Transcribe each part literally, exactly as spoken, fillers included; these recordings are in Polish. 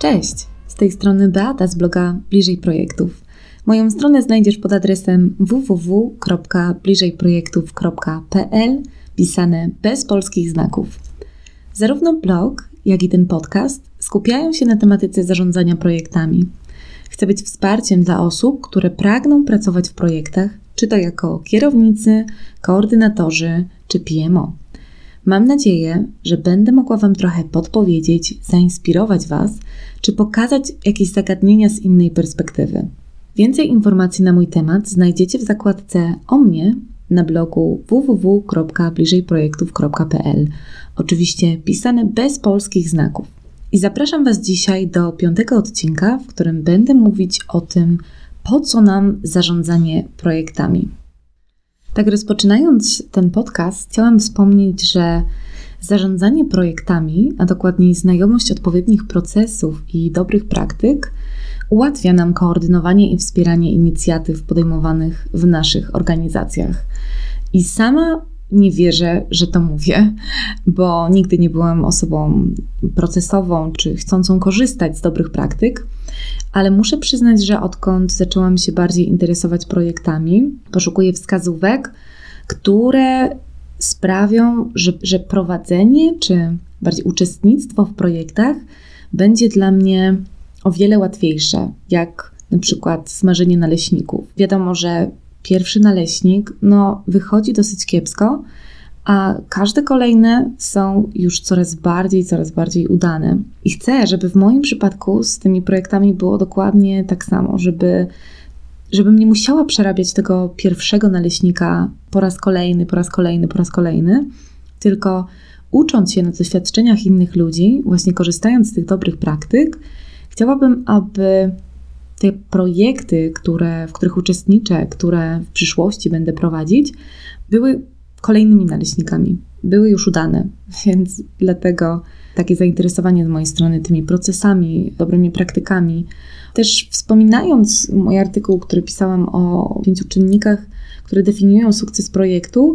Cześć, z tej strony Beata z bloga Bliżej Projektów. Moją stronę znajdziesz pod adresem w w w kropka bliżej projektów kropka p l, pisane bez polskich znaków. Zarówno blog, jak i ten podcast skupiają się na tematyce zarządzania projektami. Chcę być wsparciem dla osób, które pragną pracować w projektach, czy to jako kierownicy, koordynatorzy, czy P M O. Mam nadzieję, że będę mogła Wam trochę podpowiedzieć, zainspirować Was, czy pokazać jakieś zagadnienia z innej perspektywy. Więcej informacji na mój temat znajdziecie w zakładce o mnie na blogu w w w kropka bliżej projektów kropka p l. Oczywiście pisane bez polskich znaków. I zapraszam Was dzisiaj do piątego odcinka, w którym będę mówić o tym, po co nam zarządzanie projektami. Tak rozpoczynając ten podcast, chciałam wspomnieć, że zarządzanie projektami, a dokładniej znajomość odpowiednich procesów i dobrych praktyk ułatwia nam koordynowanie i wspieranie inicjatyw podejmowanych w naszych organizacjach. I sama nie wierzę, że to mówię, bo nigdy nie byłam osobą procesową czy chcącą korzystać z dobrych praktyk, ale muszę przyznać, że odkąd zaczęłam się bardziej interesować projektami, poszukuję wskazówek, które sprawią, że, że prowadzenie czy bardziej uczestnictwo w projektach będzie dla mnie o wiele łatwiejsze, jak na przykład smażenie naleśników. Wiadomo, że pierwszy naleśnik no, wychodzi dosyć kiepsko, a każde kolejne są już coraz bardziej, coraz bardziej udane. I chcę, żeby w moim przypadku z tymi projektami było dokładnie tak samo, żeby, żebym nie musiała przerabiać tego pierwszego naleśnika po raz kolejny, po raz kolejny, po raz kolejny, tylko ucząc się na doświadczeniach innych ludzi, właśnie korzystając z tych dobrych praktyk, chciałabym, aby te projekty, które, w których uczestniczę, które w przyszłości będę prowadzić, były kolejnymi naleśnikami, były już udane, więc dlatego takie zainteresowanie z mojej strony tymi procesami, dobrymi praktykami. Też wspominając mój artykuł, który pisałam o pięciu czynnikach, które definiują sukces projektu,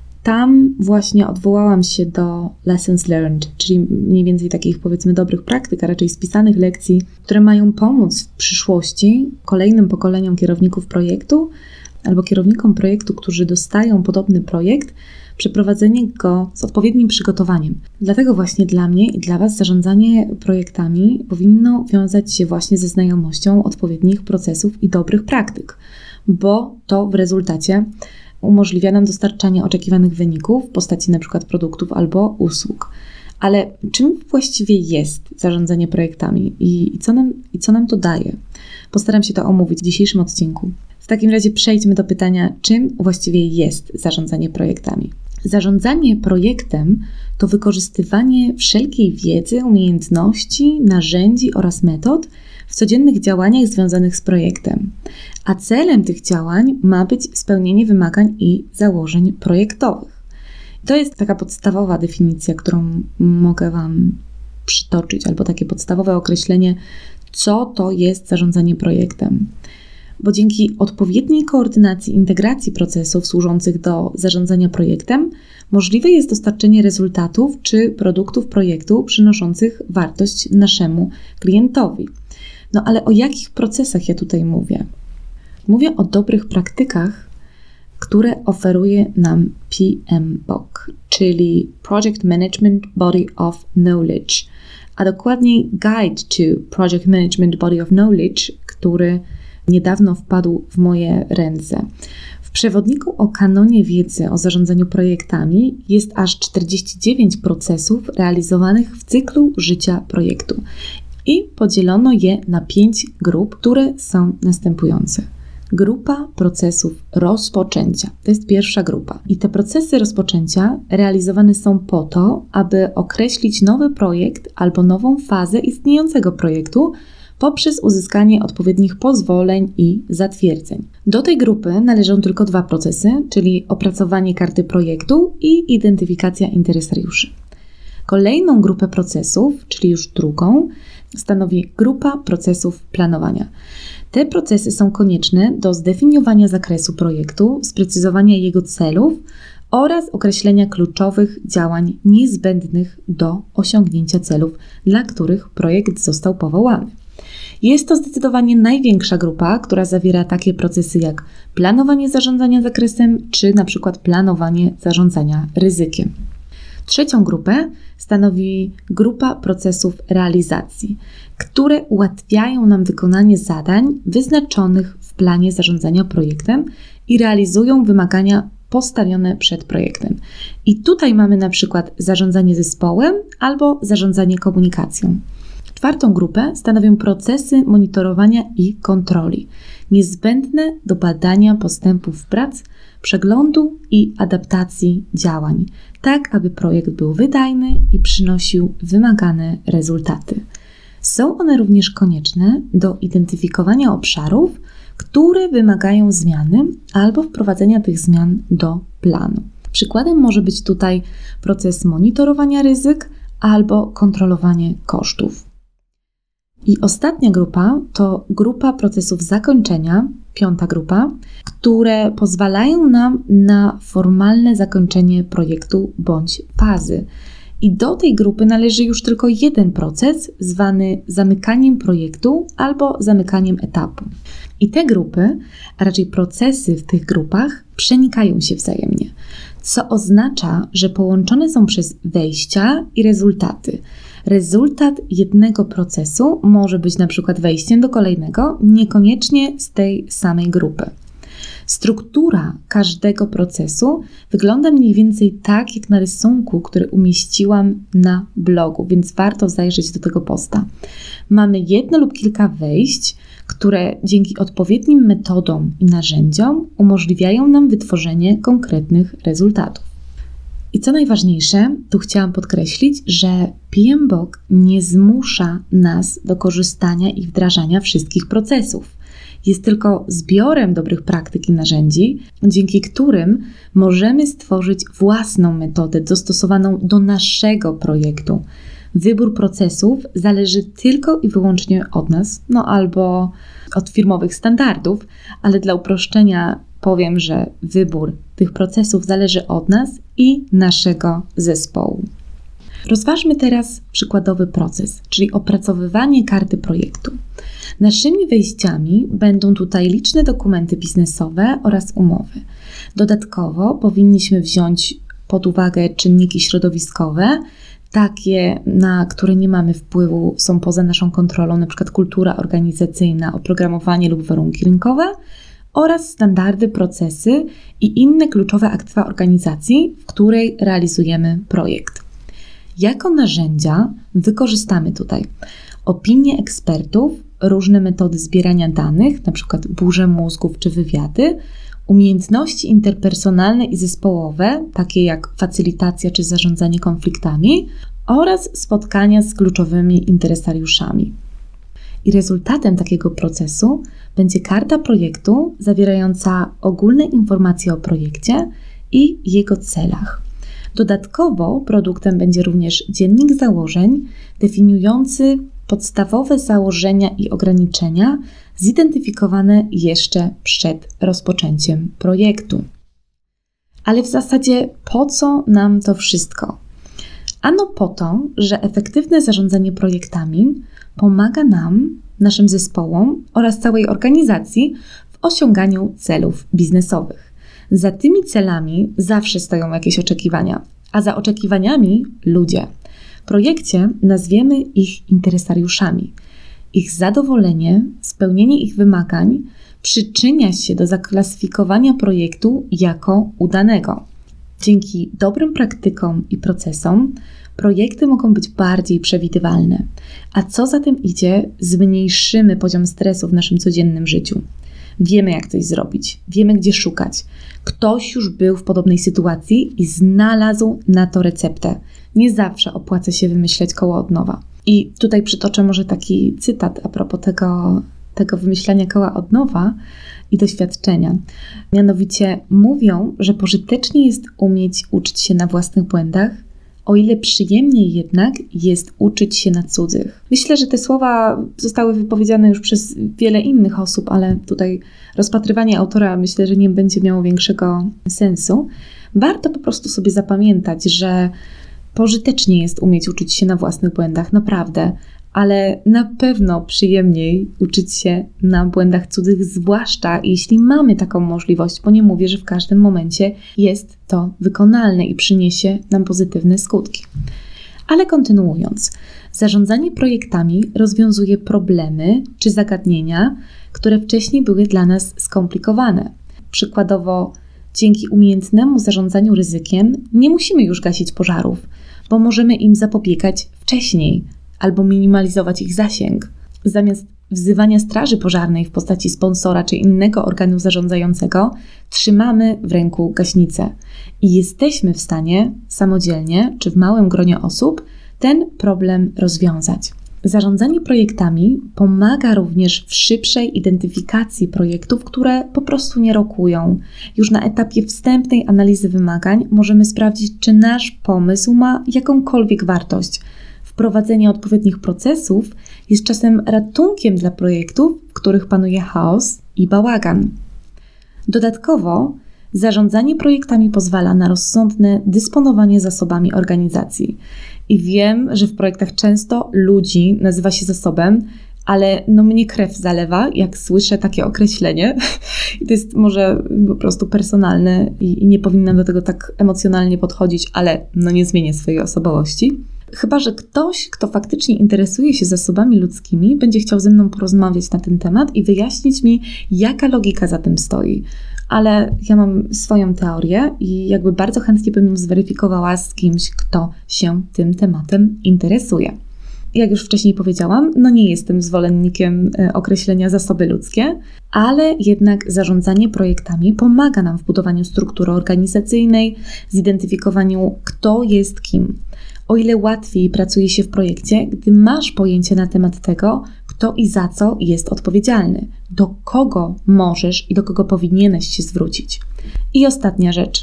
tam właśnie odwołałam się do lessons learned, czyli mniej więcej takich powiedzmy dobrych praktyk, a raczej spisanych lekcji, które mają pomóc w przyszłości kolejnym pokoleniom kierowników projektu albo kierownikom projektu, którzy dostają podobny projekt, przeprowadzenie go z odpowiednim przygotowaniem. Dlatego właśnie dla mnie i dla Was zarządzanie projektami powinno wiązać się właśnie ze znajomością odpowiednich procesów i dobrych praktyk, bo to w rezultacie umożliwia nam dostarczanie oczekiwanych wyników w postaci np. produktów albo usług. Ale czym właściwie jest zarządzanie projektami i, i, co nam, i co nam to daje? Postaram się to omówić w dzisiejszym odcinku. W takim razie przejdźmy do pytania, czym właściwie jest zarządzanie projektami. Zarządzanie projektem to wykorzystywanie wszelkiej wiedzy, umiejętności, narzędzi oraz metod w codziennych działaniach związanych z projektem. A celem tych działań ma być spełnienie wymagań i założeń projektowych. To jest taka podstawowa definicja, którą mogę Wam przytoczyć, albo takie podstawowe określenie, co to jest zarządzanie projektem. Bo dzięki odpowiedniej koordynacji i integracji procesów służących do zarządzania projektem możliwe jest dostarczenie rezultatów czy produktów projektu przynoszących wartość naszemu klientowi. No ale o jakich procesach ja tutaj mówię? Mówię o dobrych praktykach, które oferuje nam P M B O K, czyli Project Management Body of Knowledge, a dokładniej Guide to Project Management Body of Knowledge, który niedawno wpadł w moje ręce. W przewodniku o kanonie wiedzy o zarządzaniu projektami jest aż czterdzieści dziewięć procesów realizowanych w cyklu życia projektu i podzielono je na pięć grup, które są następujące. Grupa procesów rozpoczęcia. To jest pierwsza grupa. I te procesy rozpoczęcia realizowane są po to, aby określić nowy projekt albo nową fazę istniejącego projektu poprzez uzyskanie odpowiednich pozwoleń i zatwierdzeń. Do tej grupy należą tylko dwa procesy, czyli opracowanie karty projektu i identyfikacja interesariuszy. Kolejną grupę procesów, czyli już drugą, stanowi grupa procesów planowania. Te procesy są konieczne do zdefiniowania zakresu projektu, sprecyzowania jego celów oraz określenia kluczowych działań niezbędnych do osiągnięcia celów, dla których projekt został powołany. Jest to zdecydowanie największa grupa, która zawiera takie procesy jak planowanie zarządzania zakresem, czy na przykład planowanie zarządzania ryzykiem. Trzecią grupę stanowi grupa procesów realizacji, które ułatwiają nam wykonanie zadań wyznaczonych w planie zarządzania projektem i realizują wymagania postawione przed projektem. I tutaj mamy na przykład zarządzanie zespołem albo zarządzanie komunikacją. Czwartą grupę stanowią procesy monitorowania i kontroli, niezbędne do badania postępów prac, przeglądu i adaptacji działań, tak aby projekt był wydajny i przynosił wymagane rezultaty. Są one również konieczne do identyfikowania obszarów, które wymagają zmiany albo wprowadzenia tych zmian do planu. Przykładem może być tutaj proces monitorowania ryzyk albo kontrolowanie kosztów. I ostatnia grupa to grupa procesów zakończenia, piąta grupa, które pozwalają nam na formalne zakończenie projektu bądź fazy. I do tej grupy należy już tylko jeden proces, zwany zamykaniem projektu albo zamykaniem etapu. I te grupy, a raczej procesy w tych grupach, przenikają się wzajemnie, co oznacza, że połączone są przez wejścia i rezultaty. Rezultat jednego procesu może być na przykład wejściem do kolejnego, niekoniecznie z tej samej grupy. Struktura każdego procesu wygląda mniej więcej tak, jak na rysunku, który umieściłam na blogu, więc warto zajrzeć do tego posta. Mamy jedno lub kilka wejść, które dzięki odpowiednim metodom i narzędziom umożliwiają nam wytworzenie konkretnych rezultatów. I co najważniejsze, tu chciałam podkreślić, że P M B O K nie zmusza nas do korzystania i wdrażania wszystkich procesów. Jest tylko zbiorem dobrych praktyk i narzędzi, dzięki którym możemy stworzyć własną metodę dostosowaną do naszego projektu. Wybór procesów zależy tylko i wyłącznie od nas, no albo od firmowych standardów, ale dla uproszczenia powiem, że wybór tych procesów zależy od nas i naszego zespołu. Rozważmy teraz przykładowy proces, czyli opracowywanie karty projektu. Naszymi wejściami będą tutaj liczne dokumenty biznesowe oraz umowy. Dodatkowo powinniśmy wziąć pod uwagę czynniki środowiskowe, takie, na które nie mamy wpływu, są poza naszą kontrolą, np. kultura organizacyjna, oprogramowanie lub warunki rynkowe, oraz standardy, procesy i inne kluczowe aktywa organizacji, w której realizujemy projekt. Jako narzędzia wykorzystamy tutaj opinie ekspertów, różne metody zbierania danych, np. burze mózgów czy wywiady, umiejętności interpersonalne i zespołowe, takie jak facylitacja czy zarządzanie konfliktami, oraz spotkania z kluczowymi interesariuszami. I rezultatem takiego procesu będzie karta projektu zawierająca ogólne informacje o projekcie i jego celach. Dodatkowo produktem będzie również dziennik założeń definiujący podstawowe założenia i ograniczenia zidentyfikowane jeszcze przed rozpoczęciem projektu. Ale w zasadzie po co nam to wszystko? Ano po to, że efektywne zarządzanie projektami pomaga nam, naszym zespołom oraz całej organizacji w osiąganiu celów biznesowych. Za tymi celami zawsze stoją jakieś oczekiwania, a za oczekiwaniami ludzie. W projekcie nazwiemy ich interesariuszami. Ich zadowolenie, spełnienie ich wymagań przyczynia się do zaklasyfikowania projektu jako udanego. Dzięki dobrym praktykom i procesom projekty mogą być bardziej przewidywalne, a co za tym idzie, zmniejszymy poziom stresu w naszym codziennym życiu. Wiemy, jak coś zrobić, wiemy, gdzie szukać. Ktoś już był w podobnej sytuacji i znalazł na to receptę. Nie zawsze opłaca się wymyślać koło od nowa. I tutaj przytoczę może taki cytat a propos tego, tego wymyślania koła od nowa i doświadczenia. Mianowicie mówią, że pożytecznie jest umieć uczyć się na własnych błędach O ile przyjemniej jednak jest uczyć się na cudzych. Myślę, że te słowa zostały wypowiedziane już przez wiele innych osób, ale tutaj rozpatrywanie autora myślę, że nie będzie miało większego sensu. Warto po prostu sobie zapamiętać, że pożytecznie jest umieć uczyć się na własnych błędach, naprawdę, ale na pewno przyjemniej uczyć się na błędach cudzych, zwłaszcza jeśli mamy taką możliwość, bo nie mówię, że w każdym momencie jest to wykonalne i przyniesie nam pozytywne skutki. Ale kontynuując, zarządzanie projektami rozwiązuje problemy czy zagadnienia, które wcześniej były dla nas skomplikowane. Przykładowo, dzięki umiejętnemu zarządzaniu ryzykiem nie musimy już gasić pożarów, bo możemy im zapobiegać wcześniej albo minimalizować ich zasięg. Zamiast wzywania straży pożarnej w postaci sponsora czy innego organu zarządzającego, trzymamy w ręku gaśnicę i jesteśmy w stanie samodzielnie czy w małym gronie osób ten problem rozwiązać. Zarządzanie projektami pomaga również w szybszej identyfikacji projektów, które po prostu nie rokują. Już na etapie wstępnej analizy wymagań możemy sprawdzić, czy nasz pomysł ma jakąkolwiek wartość. Wprowadzenie odpowiednich procesów jest czasem ratunkiem dla projektów, w których panuje chaos i bałagan. Dodatkowo zarządzanie projektami pozwala na rozsądne dysponowanie zasobami organizacji. I wiem, że w projektach często ludzi nazywa się zasobem, ale no mnie krew zalewa, jak słyszę takie określenie. I to jest może po prostu personalne i, i nie powinnam do tego tak emocjonalnie podchodzić, ale no nie zmienię swojej osobowości. Chyba że ktoś, kto faktycznie interesuje się zasobami ludzkimi, będzie chciał ze mną porozmawiać na ten temat i wyjaśnić mi, jaka logika za tym stoi. Ale ja mam swoją teorię i jakby bardzo chętnie bym ją zweryfikowała z kimś, kto się tym tematem interesuje. Jak już wcześniej powiedziałam, no nie jestem zwolennikiem określenia zasoby ludzkie, ale jednak zarządzanie projektami pomaga nam w budowaniu struktury organizacyjnej, zidentyfikowaniu, kto jest kim. O ile łatwiej pracuje się w projekcie, gdy masz pojęcie na temat tego, kto i za co jest odpowiedzialny, do kogo możesz i do kogo powinieneś się zwrócić. I ostatnia rzecz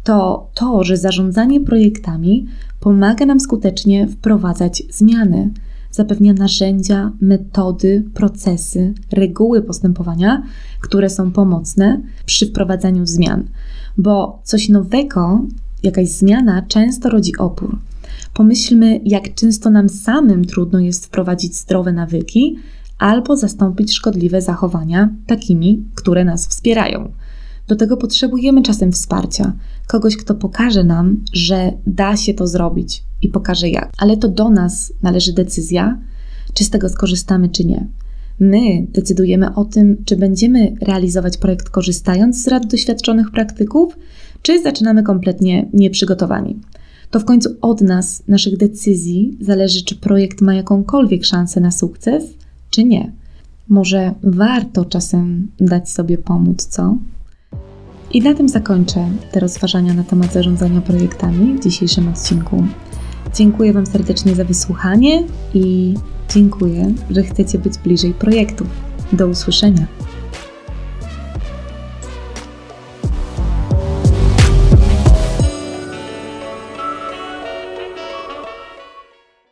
to to, że zarządzanie projektami pomaga nam skutecznie wprowadzać zmiany. Zapewnia narzędzia, metody, procesy, reguły postępowania, które są pomocne przy wprowadzaniu zmian. Bo coś nowego, jakaś zmiana często rodzi opór. Pomyślmy, jak często nam samym trudno jest wprowadzić zdrowe nawyki albo zastąpić szkodliwe zachowania takimi, które nas wspierają. Do tego potrzebujemy czasem wsparcia, kogoś, kto pokaże nam, że da się to zrobić i pokaże jak. Ale to do nas należy decyzja, czy z tego skorzystamy, czy nie. My decydujemy o tym, czy będziemy realizować projekt korzystając z rad doświadczonych praktyków, czy zaczynamy kompletnie nieprzygotowani. To w końcu od nas, naszych decyzji, zależy, czy projekt ma jakąkolwiek szansę na sukces, czy nie. Może warto czasem dać sobie pomóc, co? I na tym zakończę te rozważania na temat zarządzania projektami w dzisiejszym odcinku. Dziękuję Wam serdecznie za wysłuchanie i dziękuję, że chcecie być bliżej projektów. Do usłyszenia.